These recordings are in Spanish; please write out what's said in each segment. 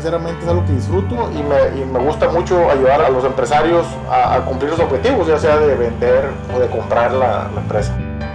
sinceramente es algo que disfruto y me gusta mucho ayudar a los empresarios a cumplir sus objetivos, ya sea de vender o de comprar la empresa.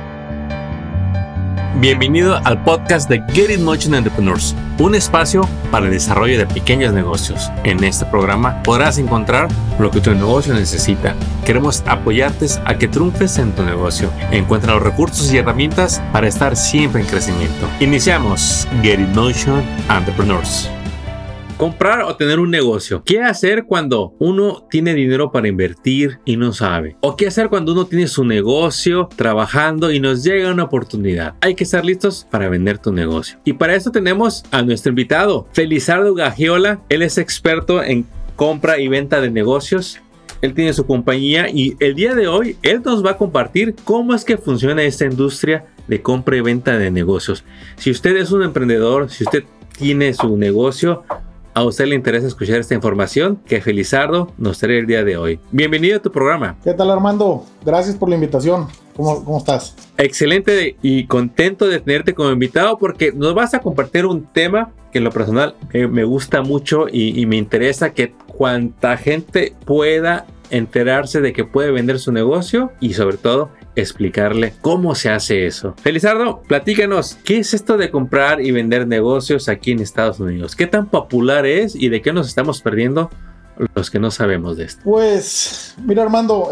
Bienvenido al podcast de Get It Motion Entrepreneurs, un espacio para el desarrollo de pequeños negocios. En este programa podrás encontrar lo que tu negocio necesita. Queremos apoyarte a que triunfes en tu negocio. Encuentra los recursos y herramientas para estar siempre en crecimiento. Iniciamos Get It Motion Entrepreneurs. Comprar o tener un negocio. ¿Qué hacer cuando uno tiene dinero para invertir y no sabe? ¿O qué hacer cuando uno tiene su negocio trabajando y nos llega una oportunidad? Hay que estar listos para vender tu negocio. Y para eso tenemos a nuestro invitado, Felizardo Gagiola. Él es experto en compra y venta de negocios. Él tiene su compañía y el día de hoy él nos va a compartir cómo es que funciona esta industria de compra y venta de negocios. Si usted es un emprendedor, si usted tiene su negocio, a usted le interesa escuchar esta información que Felizardo nos trae el día de hoy. Bienvenido a tu programa. ¿Qué tal, Armando? Gracias por la invitación. ¿Cómo estás? Excelente y contento de tenerte como invitado porque nos vas a compartir un tema que en lo personal me gusta mucho y me interesa que cuanta gente pueda enterarse de que puede vender su negocio y sobre todo explicarle cómo se hace eso. Felizardo, platícanos, ¿qué es esto de comprar y vender negocios aquí en Estados Unidos? ¿Qué tan popular es y de qué nos estamos perdiendo los que no sabemos de esto? Pues, mira, Armando,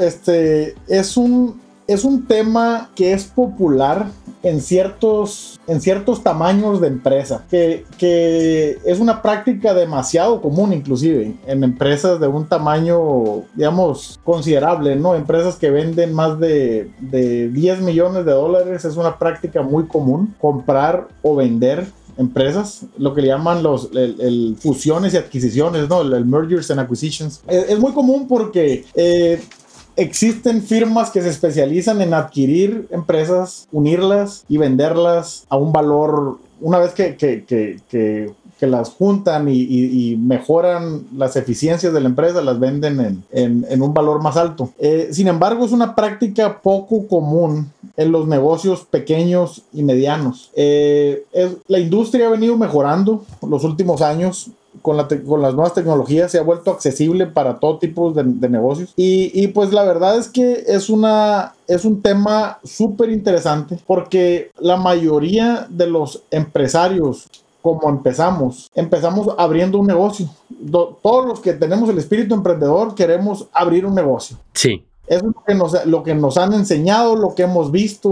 es un tema que es popular en ciertos tamaños de empresa, que es una práctica demasiado común inclusive en empresas de un tamaño, digamos, considerable, ¿no? Empresas que venden más de 10 millones de dólares, es una práctica muy común comprar o vender empresas, lo que le llaman el fusiones y adquisiciones, ¿no? El mergers and acquisitions. Es muy común porque existen firmas que se especializan en adquirir empresas, unirlas y venderlas a un valor, una vez que las juntan y mejoran las eficiencias de la empresa, las venden en un valor más alto. Sin embargo, es una práctica poco común en los negocios pequeños y medianos. La industria ha venido mejorando los últimos años. Con las nuevas tecnologías se ha vuelto accesible para todo tipo de negocios y pues la verdad es que es un tema súper interesante porque la mayoría de los empresarios, como empezamos abriendo un negocio. Todos los que tenemos el espíritu emprendedor queremos abrir un negocio. Sí. Eso es lo que nos han enseñado, lo que hemos visto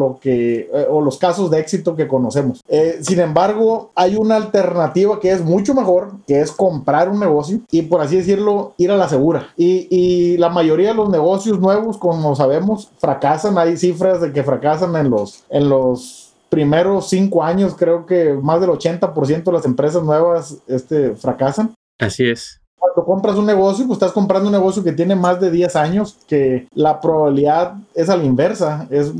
o los casos de éxito que conocemos. Sin embargo, hay una alternativa que es mucho mejor, que es comprar un negocio y, por así decirlo, ir a la segura. Y la mayoría de los negocios nuevos, como sabemos, fracasan. Hay cifras de que fracasan en los primeros 5 años. Creo que más del 80% de las empresas nuevas fracasan. Así es. Cuando compras un negocio, pues estás comprando un negocio que tiene más de 10 años, que la probabilidad es a la inversa, es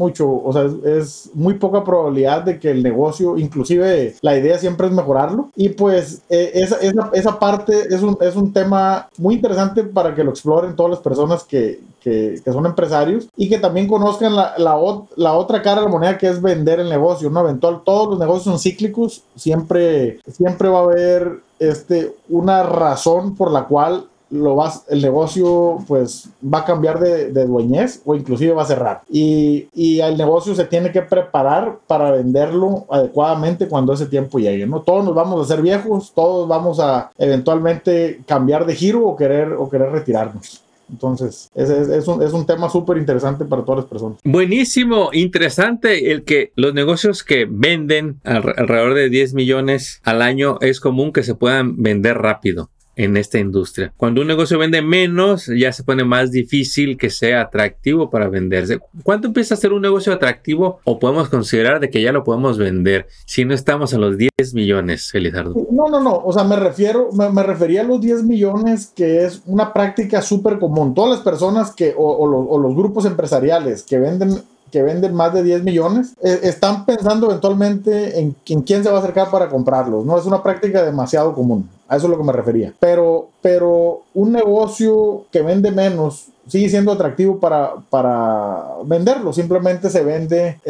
muy poca probabilidad de que el negocio, inclusive la idea siempre es mejorarlo. Y pues esa parte es un tema muy interesante para que lo exploren todas las personas que son empresarios y que también conozcan la otra cara de la moneda, que es vender el negocio, ¿no? Todos los negocios son cíclicos, siempre va a haber una razón por la cual el negocio pues va a cambiar de dueñez o inclusive va a cerrar y el negocio se tiene que preparar para venderlo adecuadamente cuando ese tiempo llegue, ¿no? Todos nos vamos a hacer viejos, todos vamos a eventualmente cambiar de giro o querer retirarnos. Entonces, es un tema súper interesante para todas las personas. Buenísimo, interesante el que los negocios que venden alrededor de 10 millones al año es común que se puedan vender rápido en esta industria. Cuando un negocio vende menos, ya se pone más difícil que sea atractivo para venderse. ¿Cuánto empieza a ser un negocio atractivo o podemos considerar de que ya lo podemos vender si no estamos en los 10 millones, Felizardo? No. O sea, me refería a los 10 millones, que es una práctica súper común. Todas las personas o los grupos empresariales que venden más de 10 millones, están pensando eventualmente en quién se va a acercar para comprarlos, ¿no? Es una práctica demasiado común. A eso es lo que me refería. Pero un negocio que vende menos sigue siendo atractivo para venderlo. Simplemente se vende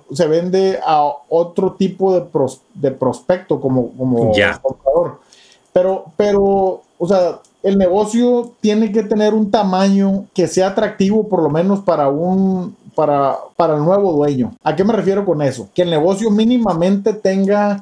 a otro tipo de prospecto como comprador. Pero, o sea, el negocio tiene que tener un tamaño que sea atractivo por lo menos para el nuevo dueño. ¿A qué me refiero con eso? Que el negocio mínimamente tenga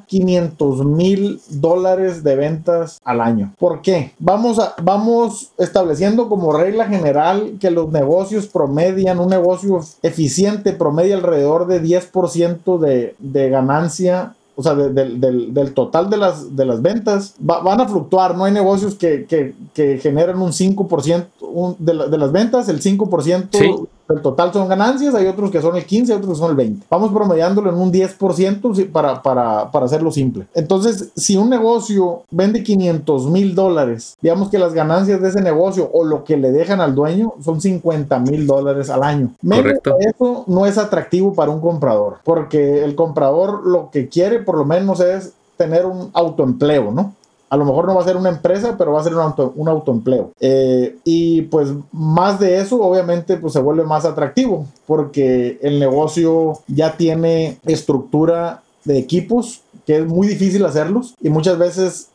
$500,000 de ventas al año. ¿Por qué? Vamos estableciendo como regla general que los negocios promedian, un negocio eficiente promedia alrededor de 10% de ganancia. O sea, del total de las ventas, van a fluctuar. No hay negocios que generan un 5% de las ventas, el 5% sí. Del total son ganancias, hay otros que son el 15%, hay otros que son el 20%. Vamos promediándolo en un 10% para hacerlo simple. Entonces, si un negocio vende $500,000, digamos que las ganancias de ese negocio o lo que le dejan al dueño son $50,000 al año. Correcto. Eso no es atractivo para un comprador, porque el comprador lo que quiere por lo menos es tener un autoempleo, ¿no? A lo mejor no va a ser una empresa, pero va a ser un autoempleo. Y pues más de eso, obviamente, pues se vuelve más atractivo, porque el negocio ya tiene estructura de equipos, que es muy difícil hacerlos, y muchas veces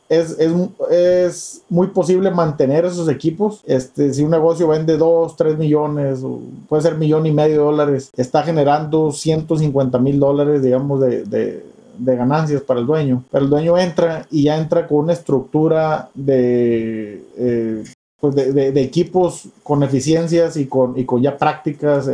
es muy posible mantener esos equipos. Si un negocio vende 2, 3 millones, o puede ser $1,500,000, está generando $150,000, digamos, de ganancias para el dueño, pero el dueño entra y ya entra con una estructura de equipos con eficiencias y con ya prácticas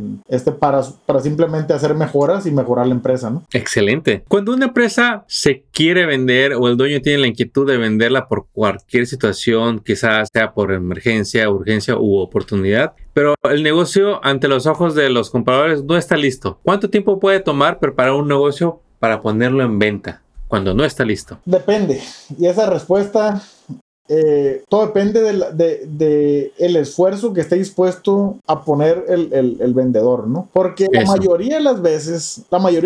para simplemente hacer mejoras y mejorar la empresa, ¿no? Excelente. Cuando una empresa se quiere vender o el dueño tiene la inquietud de venderla por cualquier situación, quizás sea por emergencia, urgencia u oportunidad, pero el negocio ante los ojos de los compradores no está listo, ¿cuánto tiempo puede tomar preparar un negocio para ponerlo en venta cuando no está listo? Depende. Y esa respuesta, todo depende de el esfuerzo que esté dispuesto a poner el vendedor, ¿no? Porque la mayoría de las veces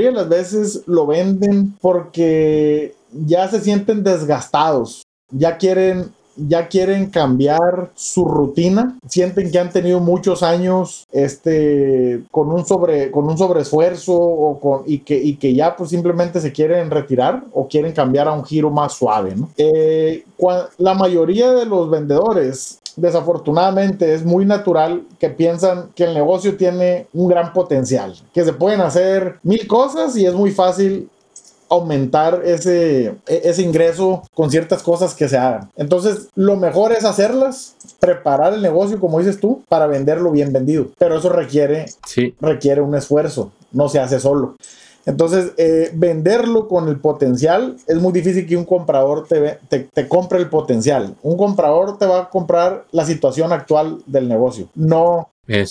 lo venden porque ya se sienten desgastados, ya quieren cambiar su rutina, sienten que han tenido muchos años con un sobreesfuerzo y que ya pues simplemente se quieren retirar o quieren cambiar a un giro más suave, ¿no? La mayoría de los vendedores, desafortunadamente, es muy natural que piensan que el negocio tiene un gran potencial, que se pueden hacer 1,000 cosas y es muy fácil aumentar ese ingreso con ciertas cosas que se hagan. Entonces, lo mejor es hacerlas, preparar el negocio, como dices tú, para venderlo bien vendido. Pero eso requiere un esfuerzo, no se hace solo. Entonces, venderlo con el potencial, es muy difícil que un comprador te compre el potencial. Un comprador te va a comprar la situación actual del negocio, no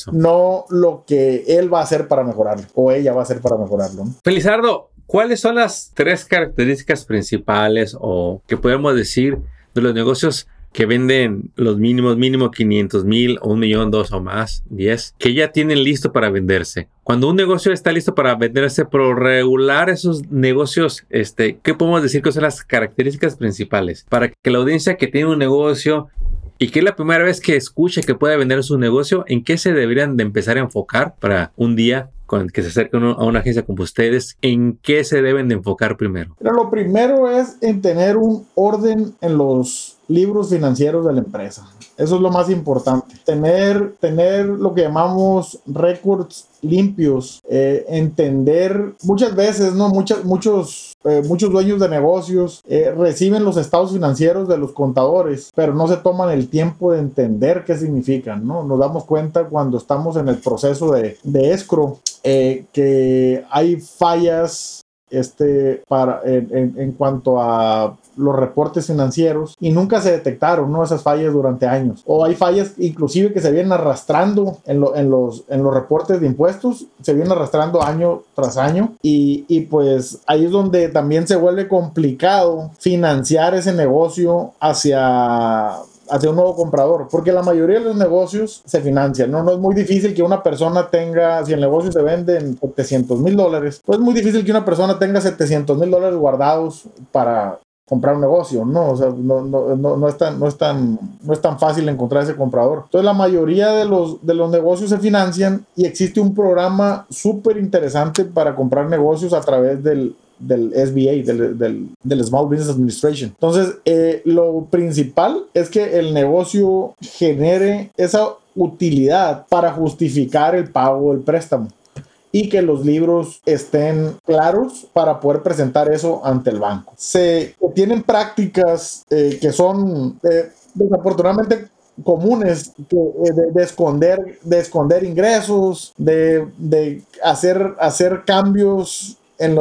lo que él va a hacer para mejorarlo o ella va a hacer para mejorarlo, ¿no? Felizardo, ¿cuáles son las 3 características principales o que podemos decir de los negocios que venden los mínimo 500,000 o 1,000,000, 2 o más, 10, que ya tienen listo para venderse? Cuando un negocio está listo para venderse, por regular esos negocios, ¿qué podemos decir que son las características principales para que la audiencia que tiene un negocio y que es la primera vez que escuche que puede vender su negocio, en qué se deberían de empezar a enfocar para un día que se acerquen a una agencia como ustedes? ¿En qué se deben de enfocar primero? Pero lo primero es en tener un orden en los libros financieros de la empresa. Eso es lo más importante. Tener lo que llamamos récords limpios. Entender, muchas veces, ¿no? Muchos dueños de negocios reciben los estados financieros de los contadores, pero no se toman el tiempo de entender qué significan, ¿no? Nos damos cuenta cuando estamos en el proceso de escrow que hay fallas en cuanto a los reportes financieros y nunca se detectaron, ¿no? Esas fallas durante años, o hay fallas inclusive que se vienen arrastrando en los reportes de impuestos, se vienen arrastrando año tras año y pues ahí es donde también se vuelve complicado financiar ese negocio hacia un nuevo comprador, porque la mayoría de los negocios se financian, ¿no? No es muy difícil que una persona tenga, si el negocio se vende en $700,000, pues es muy difícil que una persona tenga $700,000 guardados para comprar un negocio, ¿no? O sea, no es tan fácil encontrar ese comprador. Entonces, la mayoría de los negocios se financian y existe un programa súper interesante para comprar negocios a través del del SBA, del Small Business Administration. Entonces, lo principal es que el negocio genere esa utilidad para justificar el pago del préstamo y que los libros estén claros para poder presentar eso ante el banco. Se tienen prácticas que son desafortunadamente comunes, de esconder ingresos, de hacer cambios en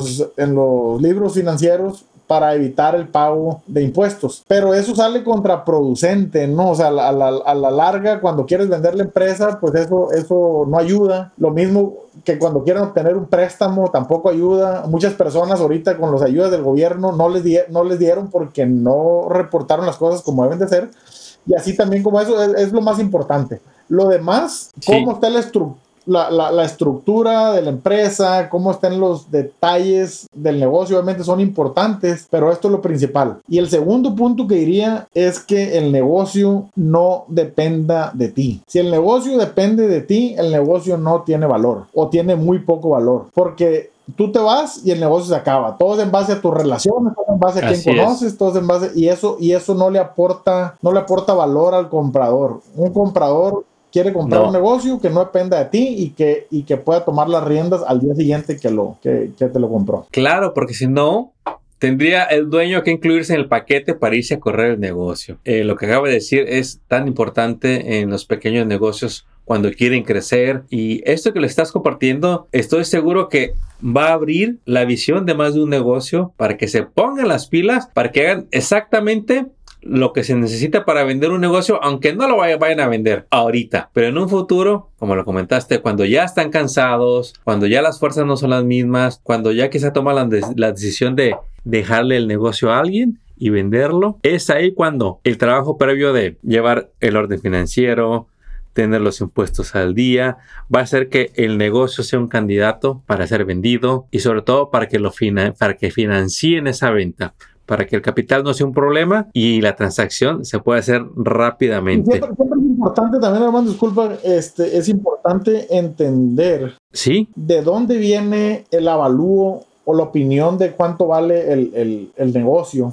los libros financieros para evitar el pago de impuestos. Pero eso sale contraproducente, ¿no? O sea, a la larga, cuando quieres vender la empresa, pues eso no ayuda. Lo mismo que cuando quieren obtener un préstamo, tampoco ayuda. Muchas personas ahorita con las ayudas del gobierno no les dieron porque no reportaron las cosas como deben de ser. Y así también como eso es lo más importante. Lo demás, cómo está la estructura de la empresa, cómo están los detalles del negocio, obviamente son importantes, pero esto es lo principal. Y el segundo punto que diría es que el negocio no dependa de ti. Si el negocio depende de ti, el negocio no tiene valor o tiene muy poco valor, porque tú te vas y el negocio se acaba. Todo es en base a tus relaciones, todo es en base a quién conoces, todo es en base, y eso no le aporta valor al comprador. Un comprador quiere comprar un negocio que no dependa de ti y que pueda tomar las riendas al día siguiente que te lo compró. Claro, porque si no, tendría el dueño que incluirse en el paquete para irse a correr el negocio. Lo que acaba de decir es tan importante en los pequeños negocios cuando quieren crecer. Y esto que le estás compartiendo, estoy seguro que va a abrir la visión de más de un negocio para que se pongan las pilas, para que hagan exactamente lo que se necesita para vender un negocio, aunque no lo vayan a vender ahorita, pero en un futuro, como lo comentaste, cuando ya están cansados, cuando ya las fuerzas no son las mismas, cuando ya quizá toman la decisión de dejarle el negocio a alguien y venderlo, es ahí cuando el trabajo previo de llevar el orden financiero, tener los impuestos al día, va a hacer que el negocio sea un candidato para ser vendido y sobre todo para que financien esa venta, para que el capital no sea un problema y la transacción se pueda hacer rápidamente. Siempre es importante también, Armando, disculpa, es importante entender de dónde viene el avalúo o la opinión de cuánto vale el negocio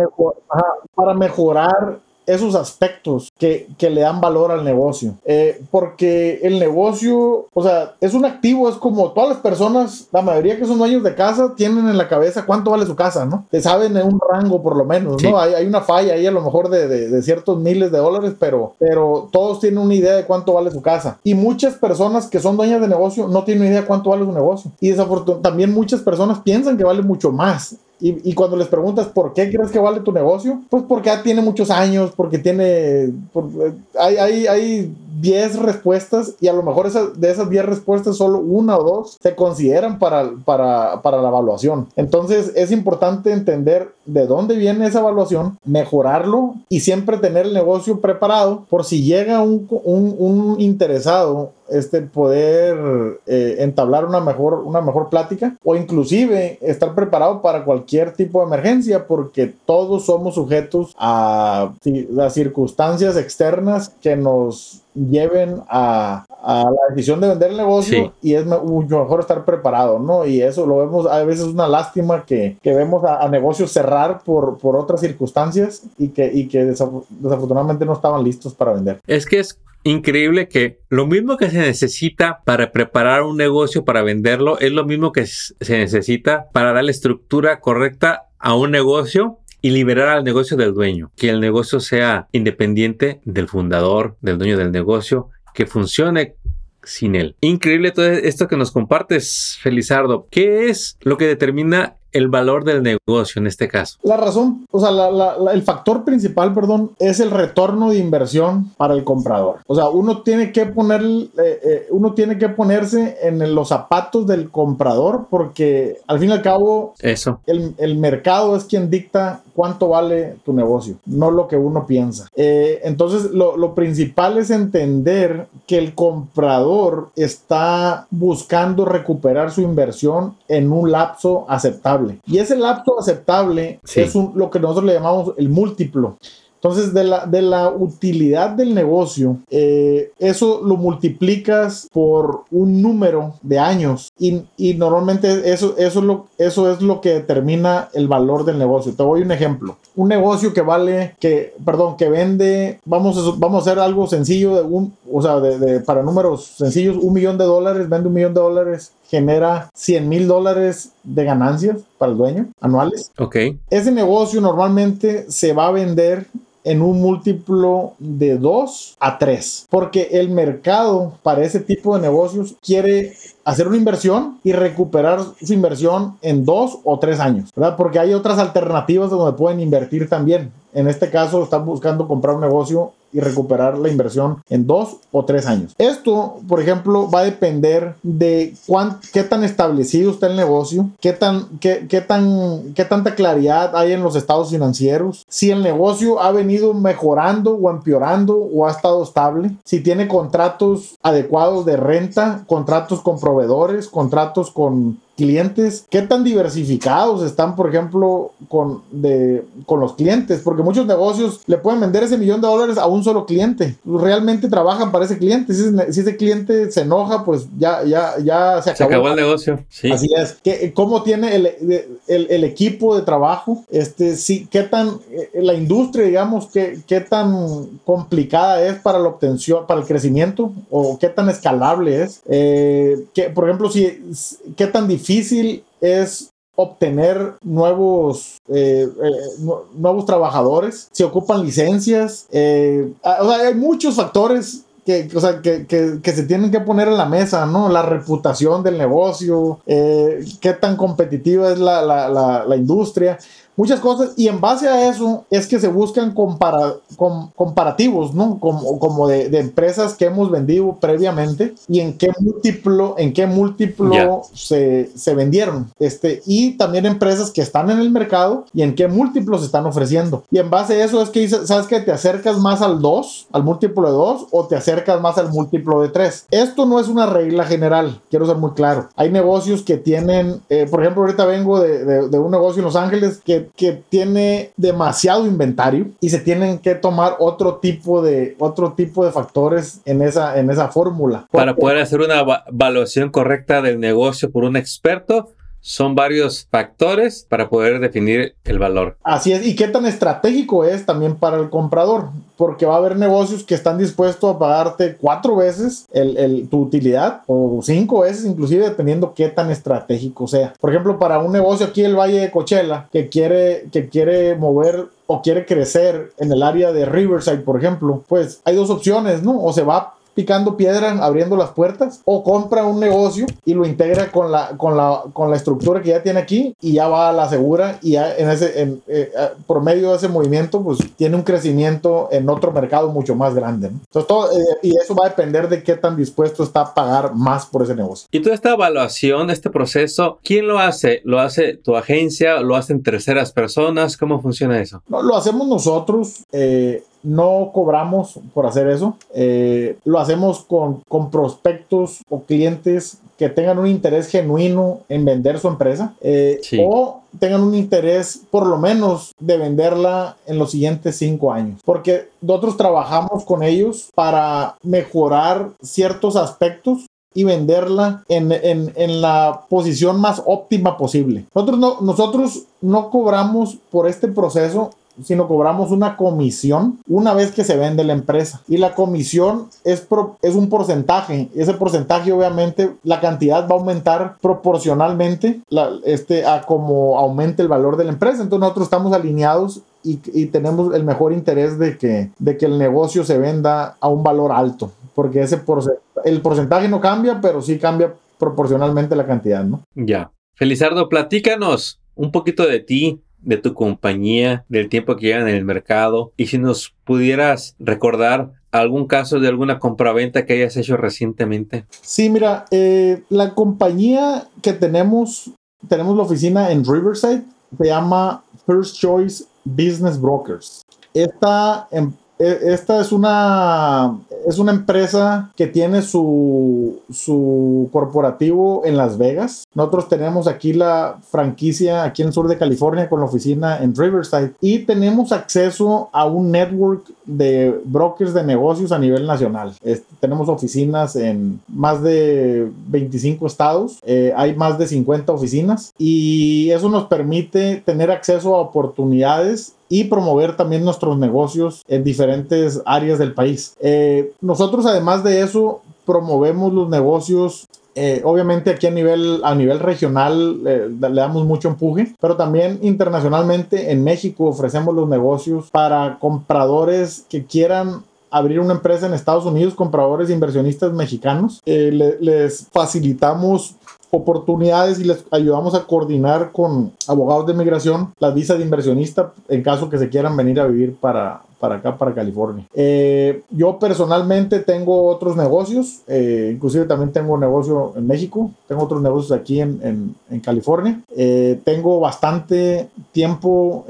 para mejorar esos aspectos que le dan valor al negocio. Porque el negocio, o sea, es un activo, es como todas las personas, la mayoría que son dueños de casa, tienen en la cabeza cuánto vale su casa, ¿no? Te saben en un rango por lo menos, ¿no? Hay una falla ahí a lo mejor de ciertos miles de dólares, pero todos tienen una idea de cuánto vale su casa. Y muchas personas que son dueñas de negocio no tienen idea de cuánto vale su negocio. Y desafortunadamente también muchas personas piensan que vale mucho más. Y cuando les preguntas por qué crees que vale tu negocio, pues porque ya tiene muchos años, porque hay 10 respuestas y a lo mejor de esas 10 respuestas solo una o dos se consideran para la evaluación. Entonces es importante entender de dónde viene esa evaluación, mejorarlo y siempre tener el negocio preparado por si llega un interesado, poder entablar una mejor plática o inclusive estar preparado para cualquier tipo de emergencia, porque todos somos sujetos a circunstancias externas que nos lleven a la decisión de vender el negocio y es mucho mejor estar preparado, ¿no? Y eso lo vemos, a veces es una lástima que vemos a negocios cerrar por otras circunstancias y que desafortunadamente no estaban listos para vender. Es que es increíble que lo mismo que se necesita para preparar un negocio para venderlo es lo mismo que se necesita para darle estructura correcta a un negocio y liberar al negocio del dueño. Que el negocio sea independiente del fundador, del dueño del negocio, que funcione sin él. Increíble todo esto que nos compartes, Felizardo. ¿Qué es lo que determina el valor del negocio en este caso? La razón, o sea, el factor principal, es el retorno de inversión para el comprador. O sea, uno tiene que ponerse en los zapatos del comprador, porque al fin y al cabo el mercado es quien dicta cuánto vale tu negocio, no lo que uno piensa. Entonces lo principal es entender que el comprador está buscando recuperar su inversión en un lapso aceptable. Y ese lapso aceptable es lo que nosotros le llamamos el múltiplo. Entonces, de la utilidad del negocio, eso lo multiplicas por un número de años y normalmente eso es lo que determina el valor del negocio. Te doy un ejemplo. Un negocio que vende, vamos a hacer algo sencillo, para números sencillos, $1 millón, vende $1 millón, genera $100,000 de ganancias para el dueño anuales. Ok. Ese negocio normalmente se va a vender en un múltiplo de 2 a 3, porque el mercado para ese tipo de negocios quiere hacer una inversión y recuperar su inversión en 2 o 3 años, ¿verdad? Porque hay otras alternativas donde pueden invertir también. En este caso están buscando comprar un negocio y recuperar la inversión en 2 o 3 años. Esto, por ejemplo, va a depender de qué tan establecido está el negocio, qué tanta claridad hay en los estados financieros, si el negocio ha venido mejorando o empeorando o ha estado estable, si tiene contratos adecuados de renta, contratos con proveedores, contratos con clientes, qué tan diversificados están, por ejemplo, con los clientes, porque muchos negocios le pueden vender ese $1 millón a un solo cliente, realmente trabajan para ese cliente. Si ese cliente se enoja, pues ya se acabó el negocio. Sí. Así es. ¿Cómo tiene el equipo de trabajo? Sí, qué tan la industria, digamos, qué tan complicada es para la obtención, para el crecimiento, o qué tan escalable es. Por ejemplo, qué tan difícil es obtener nuevos trabajadores, si ocupan licencias. Hay muchos factores que se tienen que poner en la mesa, ¿no? La reputación del negocio, qué tan competitiva es la industria. Muchas cosas, y en base a eso es que se buscan comparativos, ¿no? Como de empresas que hemos vendido previamente y en qué múltiplo se vendieron. Y también empresas que están en el mercado y en qué múltiplos se están ofreciendo. Y en base a eso es que sabes que te acercas más al múltiplo de 2, o te acercas más al múltiplo de 3. Esto no es una regla general, quiero ser muy claro. Hay negocios que tienen, por ejemplo, ahorita vengo de un negocio en Los Ángeles que tiene demasiado inventario y se tienen que tomar otro tipo de factores en esa fórmula. Para poder hacer una evaluación correcta del negocio por un experto, son varios factores para poder definir el valor. Así es, y qué tan estratégico es también para el comprador, porque va a haber negocios que están dispuestos a pagarte 4 veces tu utilidad, o 5 veces inclusive, dependiendo qué tan estratégico sea. Por ejemplo, para un negocio aquí en el Valle de Coachella que quiere mover o quiere crecer en el área de Riverside, por ejemplo, pues hay 2 opciones, ¿no? O se va picando piedra, abriendo las puertas, o compra un negocio y lo integra con la estructura que ya tiene aquí, y ya va a la segura, y ya por medio de ese movimiento pues tiene un crecimiento en otro mercado mucho más grande, ¿no? Entonces y eso va a depender de qué tan dispuesto está a pagar más por ese negocio. Y toda esta evaluación, este proceso, ¿quién lo hace? ¿Lo hace tu agencia? ¿Lo hacen terceras personas? ¿Cómo funciona eso? No, lo hacemos nosotros. No cobramos por hacer eso. Lo hacemos con prospectos o clientes que tengan un interés genuino en vender su empresa, sí, o tengan un interés por lo menos de venderla en los siguientes 5 años, porque nosotros trabajamos con ellos para mejorar ciertos aspectos y venderla en la posición más óptima posible. Nosotros no cobramos por este proceso, sino cobramos una comisión una vez que se vende la empresa, y la comisión es un porcentaje. Ese porcentaje, obviamente, la cantidad va a aumentar proporcionalmente a como aumente el valor de la empresa. Entonces nosotros estamos alineados y tenemos el mejor interés de que el negocio se venda a un valor alto, porque el porcentaje no cambia, pero sí cambia proporcionalmente la cantidad, ¿no? Ya. Felizardo, platícanos un poquito de ti, de tu compañía, del tiempo que llevan en el mercado, y si nos pudieras recordar algún caso de alguna compraventa que hayas hecho recientemente. Sí, mira, la compañía que tenemos la oficina en Riverside, se llama First Choice Business Brokers. Esta es es una empresa que tiene su corporativo en Las Vegas. Nosotros tenemos aquí la franquicia aquí en el sur de California con la oficina en Riverside y tenemos acceso a un network de brokers de negocios a nivel nacional. Tenemos oficinas en más de 25 estados, hay más de 50 oficinas y eso nos permite tener acceso a oportunidades y promover también nuestros negocios en diferentes áreas del país. Nosotros, además de eso, promovemos los negocios. Obviamente aquí a nivel regional le damos mucho empuje, pero también internacionalmente en México ofrecemos los negocios para compradores que quieran abrir una empresa en Estados Unidos, compradores e inversionistas mexicanos. Les facilitamos oportunidades y les ayudamos a coordinar con abogados de migración las visas de inversionista en caso que se quieran venir a vivir para acá, para California. Yo personalmente tengo otros negocios, inclusive también tengo un negocio en México, tengo otros negocios aquí en California. Tengo bastante tiempo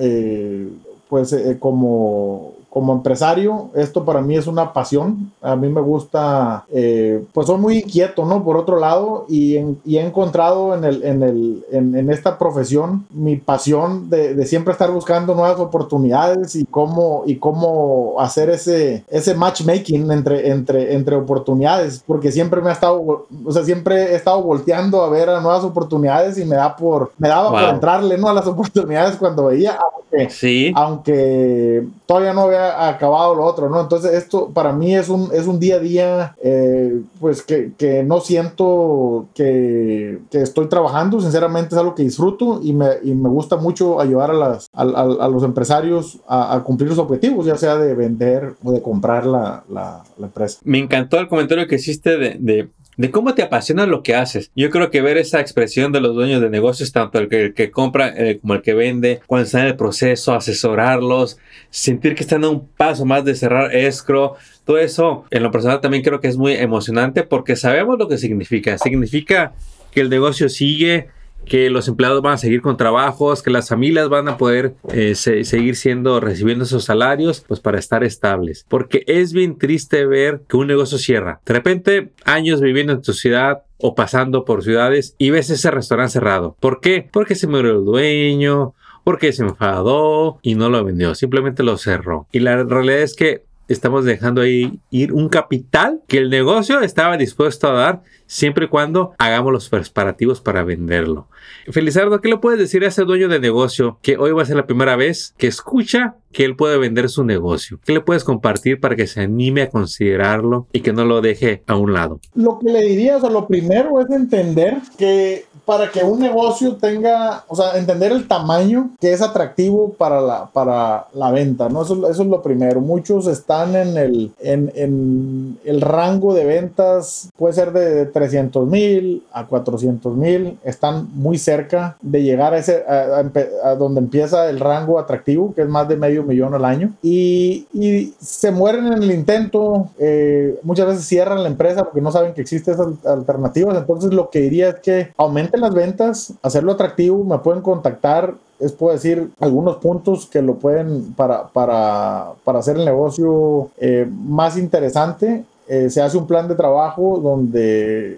como empresario. Esto para mí es una pasión. A mí me gusta, pues soy muy inquieto, ¿no? Por otro lado, y he encontrado en esta profesión mi pasión de siempre estar buscando nuevas oportunidades y cómo hacer ese matchmaking entre oportunidades, porque siempre siempre he estado volteando a ver a nuevas oportunidades y me daba por entrarle, ¿no? A las oportunidades cuando veía, aunque todavía no había acabado lo otro, ¿no? Entonces esto para mí es un día a día, pues que no siento que estoy trabajando. Sinceramente es algo que disfruto y me gusta mucho ayudar a los empresarios a cumplir sus objetivos, ya sea de vender o de comprar la empresa. Me encantó el comentario que hiciste de cómo te apasiona lo que haces. Yo creo que ver esa expresión de los dueños de negocios, tanto el que compra como el que vende, cuando están en el proceso, asesorarlos, sentir que están a un paso más de cerrar escrow, todo eso en lo personal también creo que es muy emocionante porque sabemos lo que significa. Significa que el negocio sigue, que los empleados van a seguir con trabajos, que las familias van a poder seguir recibiendo esos salarios, pues para estar estables. Porque es bien triste ver que un negocio cierra. De repente, años viviendo en tu ciudad o pasando por ciudades y ves ese restaurante cerrado. ¿Por qué? Porque se murió el dueño, porque se enfadó y no lo vendió. Simplemente lo cerró. Y la realidad es que estamos dejando ahí ir un capital que el negocio estaba dispuesto a dar siempre y cuando hagamos los preparativos para venderlo. Felizardo, ¿qué le puedes decir a ese dueño de negocio que hoy va a ser la primera vez que escucha que él puede vender su negocio? ¿Qué le puedes compartir para que se anime a considerarlo y que no lo deje a un lado? Lo que le diría, lo primero es entender que para que un negocio tenga, entender el tamaño que es atractivo para la venta, ¿no? Eso es lo primero. Muchos están en el rango de ventas, puede ser de 300,000 a 400,000, están muy cerca de llegar a donde empieza el rango atractivo, que es más de $500,000 al año, y se mueren en el intento. Muchas veces cierran la empresa porque no saben que existen esas alternativas. Entonces lo que diría es que aumenten las ventas, hacerlo atractivo. Me pueden contactar, puedo decir algunos puntos que lo pueden para hacer el negocio más interesante. Se hace un plan de trabajo donde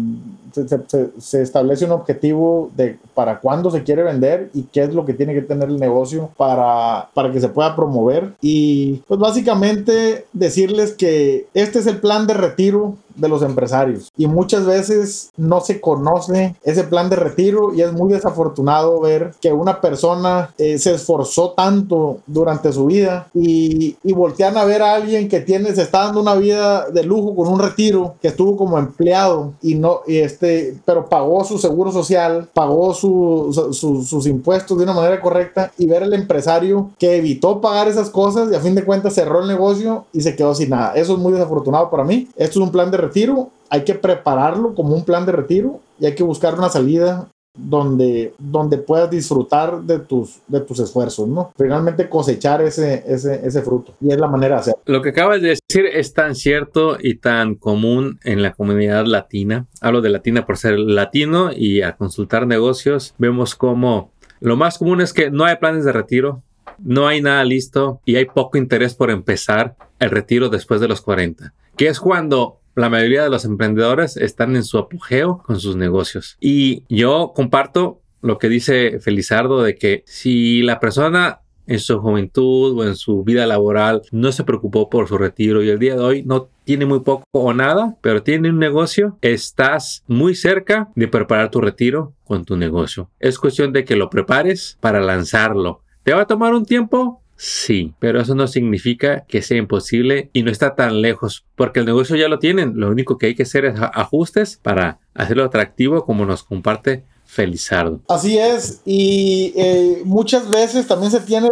se establece un objetivo de para cuándo se quiere vender y qué es lo que tiene que tener el negocio para que se pueda promover. Y pues básicamente decirles que este es el plan de retiro de los empresarios y muchas veces no se conoce ese plan de retiro y es muy desafortunado ver que una persona se esforzó tanto durante su vida y voltean a ver a alguien que se está dando una vida de lujo con un retiro, que estuvo como empleado pero pagó su seguro social, pagó sus impuestos de una manera correcta, y ver al empresario que evitó pagar esas cosas y a fin de cuentas cerró el negocio y se quedó sin nada. Eso es muy desafortunado para mí. Esto es un plan de retiro, hay que prepararlo como un plan de retiro y hay que buscar una salida donde puedas disfrutar de tus esfuerzos, ¿no? Finalmente cosechar ese fruto, y es la manera de hacerlo. Lo que acabas de decir es tan cierto y tan común en la comunidad latina. Hablo de latina por ser latino, y al consultar negocios vemos como lo más común es que no hay planes de retiro, no hay nada listo y hay poco interés por empezar el retiro después de los 40. que es cuando la mayoría de los emprendedores están en su apogeo con sus negocios. Y yo comparto lo que dice Felizardo de que si la persona en su juventud o en su vida laboral no se preocupó por su retiro y el día de hoy no tiene muy poco o nada, pero tiene un negocio, estás muy cerca de preparar tu retiro con tu negocio. Es cuestión de que lo prepares para lanzarlo. ¿Te va a tomar un tiempo? Sí, pero eso no significa que sea imposible y no está tan lejos, porque el negocio ya lo tienen. Lo único que hay que hacer es ajustes para hacerlo atractivo, como nos comparte Felizardo. Así es, y muchas veces también se tiene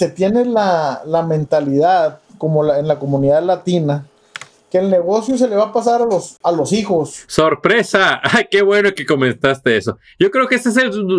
la mentalidad, como en la comunidad latina, que el negocio se le va a pasar a los hijos. ¡Sorpresa! ¡Ay, qué bueno que comentaste eso! Yo creo que ese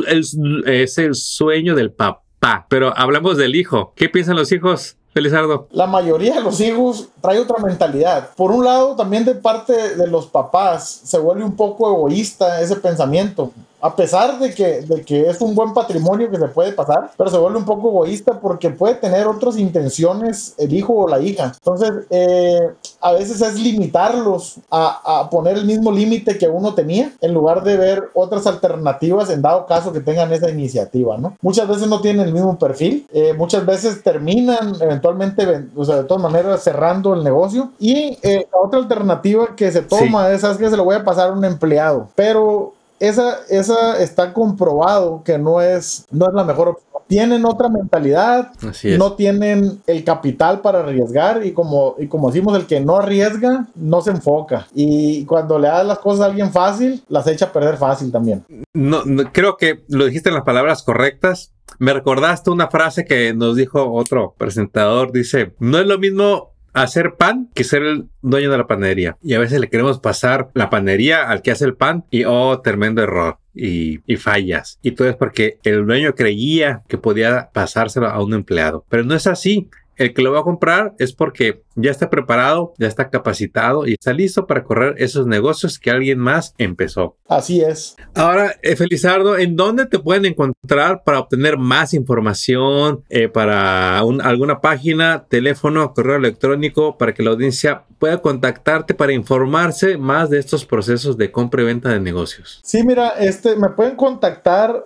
es el sueño del papá, pero hablamos del hijo. ¿Qué piensan los hijos, Felizardo? La mayoría de los hijos trae otra mentalidad. Por un lado, también de parte de los papás, se vuelve un poco egoísta ese pensamiento. A pesar de que es un buen patrimonio que se puede pasar, pero se vuelve un poco egoísta porque puede tener otras intenciones el hijo o la hija. Entonces, a veces es limitarlos a poner el mismo límite que uno tenía, en lugar de ver otras alternativas en dado caso que tengan esa iniciativa, ¿no? Muchas veces no tienen el mismo perfil, muchas veces terminan eventualmente, o sea, de todas maneras, cerrando el negocio. Y la otra alternativa que se toma es, ¿sabes qué? Se lo voy a pasar a un empleado, pero esa está comprobado que no es la mejor opción. Tienen otra mentalidad, no tienen el capital para arriesgar y como decimos, el que no arriesga no se enfoca, y cuando le das las cosas a alguien fácil, las echa a perder fácil también. No, creo que lo dijiste en las palabras correctas. Me recordaste una frase que nos dijo otro presentador, dice, no es lo mismo hacer pan que ser el dueño de la panadería. Y a veces le queremos pasar la panadería al que hace el pan y tremendo error. Y fallas. Y todo es porque el dueño creía que podía pasárselo a un empleado. Pero no es así. El que lo va a comprar es porque ya está preparado, ya está capacitado y está listo para correr esos negocios que alguien más empezó. Así es. Ahora, Felizardo, ¿en dónde te pueden encontrar para obtener más información, para alguna página, teléfono, correo electrónico, para que la audiencia pueda contactarte para informarse más de estos procesos de compra y venta de negocios? Sí, mira, me pueden contactar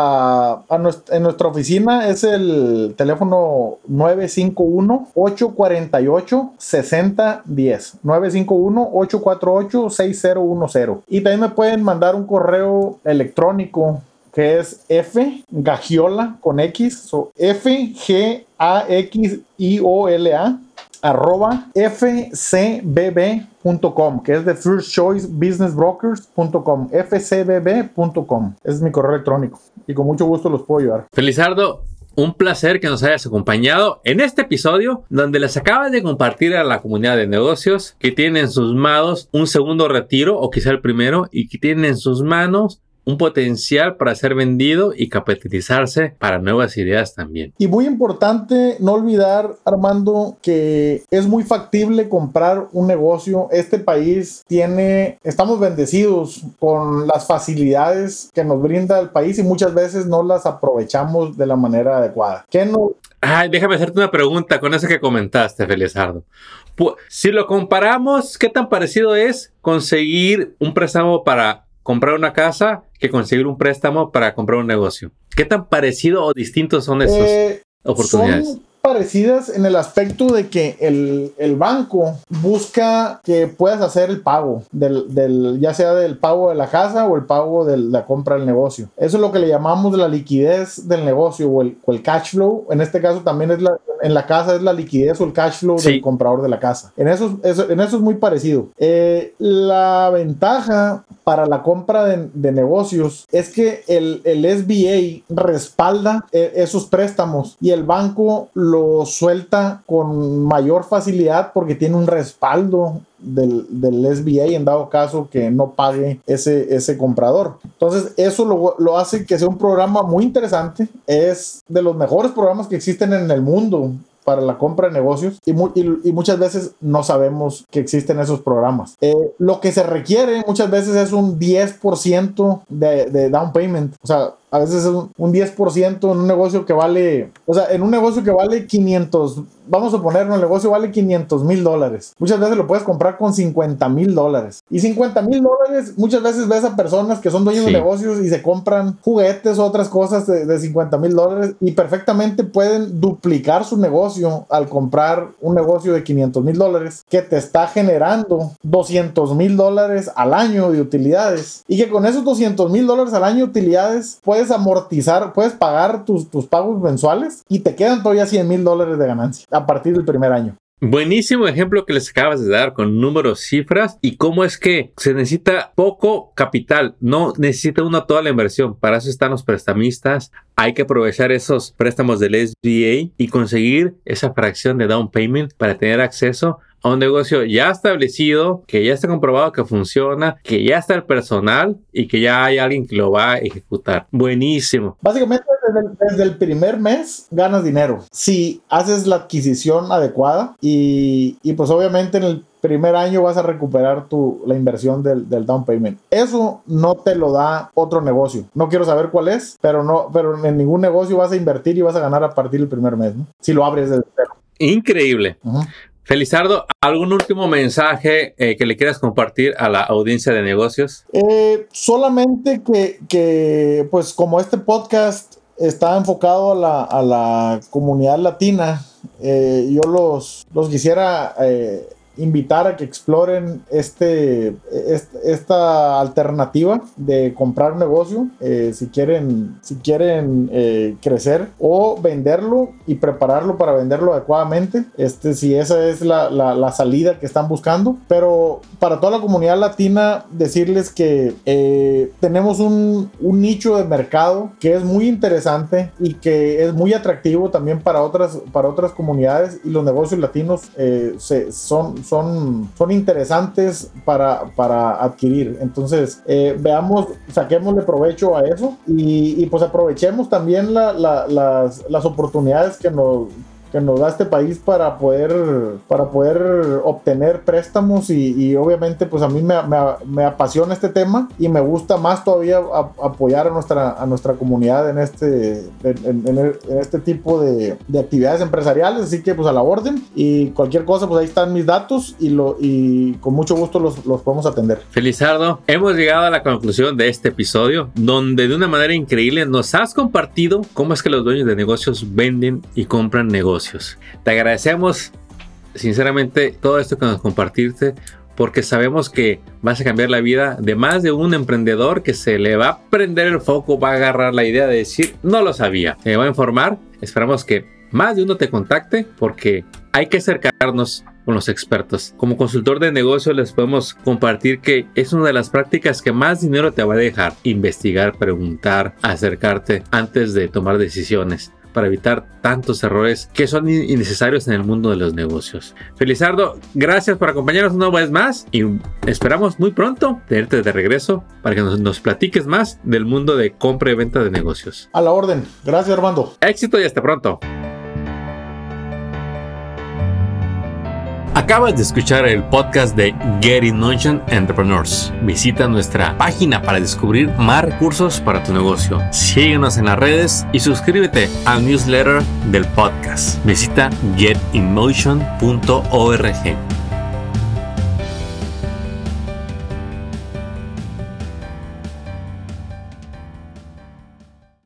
en nuestra oficina. Es el teléfono 951-848-6010. 951-848-6010. Y también me pueden mandar un correo electrónico que es fgaxiola con X, FGAXIOLA @fcbb.com, que es de First Choice Business Brokers.com, fcbb.com. Ese es mi correo electrónico y con mucho gusto los puedo ayudar. Felizardo, un placer que nos hayas acompañado en este episodio donde les acabas de compartir a la comunidad de negocios que tienen en sus manos un segundo retiro o quizá el primero, y que tienen en sus manos un potencial para ser vendido y capitalizarse para nuevas ideas también. Y muy importante no olvidar, Armando, que es muy factible comprar un negocio. Este país estamos bendecidos con las facilidades que nos brinda el país y muchas veces no las aprovechamos de la manera adecuada. Déjame hacerte una pregunta con eso que comentaste, Felizardo. Si lo comparamos, ¿qué tan parecido es conseguir un préstamo para comprar una casa que conseguir un préstamo para comprar un negocio? ¿Qué tan parecido o distintos son esas oportunidades? Son parecidas en el aspecto de que el banco busca que puedas hacer el pago ya sea del pago de la casa o el pago de la compra del negocio. Eso es lo que le llamamos la liquidez del negocio o el cash flow. En este caso también en la casa es la liquidez o el cash flow del comprador de la casa. En eso es muy parecido. La ventaja para la compra de negocios es que el SBA respalda esos préstamos y el banco lo suelta con mayor facilidad porque tiene un respaldo del SBA en dado caso que no pague ese comprador. Entonces eso lo hace que sea un programa muy interesante. Es de los mejores programas que existen en el mundo para la compra de negocios y muchas veces no sabemos que existen esos programas. Lo que se requiere muchas veces es un 10% de down payment. O sea, a veces es un 10% en un negocio que vale, o sea, en un negocio que vale 500, vamos a ponerlo, el negocio vale $500,000. Muchas veces lo puedes comprar con $50,000. Y $50,000, muchas veces ves a personas que son dueños de negocios y se compran juguetes o otras cosas de $50,000 y perfectamente pueden duplicar su negocio al comprar un negocio de $500,000 que te está generando $200,000 al año de utilidades, y que con esos $200,000 al año de utilidades puedes amortizar, puedes pagar tus pagos mensuales y te quedan todavía $100,000 de ganancia a partir del primer año. Buenísimo ejemplo que les acabas de dar con números, cifras y cómo es que se necesita poco capital, no necesita uno toda la inversión. Para eso están los prestamistas. Hay que aprovechar esos préstamos del SBA y conseguir esa fracción de down payment para tener acceso a un negocio ya establecido, que ya está comprobado que funciona, que ya está el personal y que ya hay alguien que lo va a ejecutar. Buenísimo. Básicamente desde el primer mes ganas dinero si haces la adquisición adecuada y pues obviamente en el primer año vas a recuperar la inversión del down payment. Eso no te lo da otro negocio. No quiero saber cuál es, pero en ningún negocio vas a invertir y vas a ganar a partir del primer mes, ¿no? Si lo abres desde cero. Increíble. Uh-huh. Felizardo, ¿algún último mensaje que le quieras compartir a la audiencia de negocios? Solamente que pues como este podcast está enfocado a la comunidad latina, yo los quisiera invitar a que exploren esta alternativa de comprar un negocio, si quieren crecer o venderlo y prepararlo para venderlo adecuadamente, si esa es la salida que están buscando. Pero para toda la comunidad latina, decirles que tenemos un nicho de mercado que es muy interesante y que es muy atractivo también para otras comunidades, y los negocios latinos son interesantes para adquirir. Entonces saquémosle provecho a eso y pues aprovechemos también las oportunidades que nos da este país para poder obtener préstamos y obviamente pues a mí me apasiona este tema y me gusta más todavía apoyar a nuestra comunidad en este tipo de actividades empresariales. Así que pues a la orden, y cualquier cosa pues ahí están mis datos y con mucho gusto los podemos atender. Felizardo, hemos llegado a la conclusión de este episodio, donde de una manera increíble nos has compartido cómo es que los dueños de negocios venden y compran negocios. Te agradecemos sinceramente todo esto que nos compartiste, porque sabemos que vas a cambiar la vida de más de un emprendedor que se le va a prender el foco, va a agarrar la idea de decir, no lo sabía, me va a informar. Esperamos que más de uno te contacte, porque hay que acercarnos con los expertos. Como consultor de negocio les podemos compartir que es una de las prácticas que más dinero te va a dejar: investigar, preguntar, acercarte antes de tomar decisiones, para evitar tantos errores que son innecesarios en el mundo de los negocios. Felizardo, gracias por acompañarnos una vez más y esperamos muy pronto tenerte de regreso para que nos platiques más del mundo de compra y venta de negocios. A la orden. Gracias, Armando. Éxito y hasta pronto. Acabas de escuchar el podcast de Get in Motion Entrepreneurs. Visita nuestra página para descubrir más recursos para tu negocio. Síguenos en las redes y suscríbete al newsletter del podcast. Visita getinmotion.org.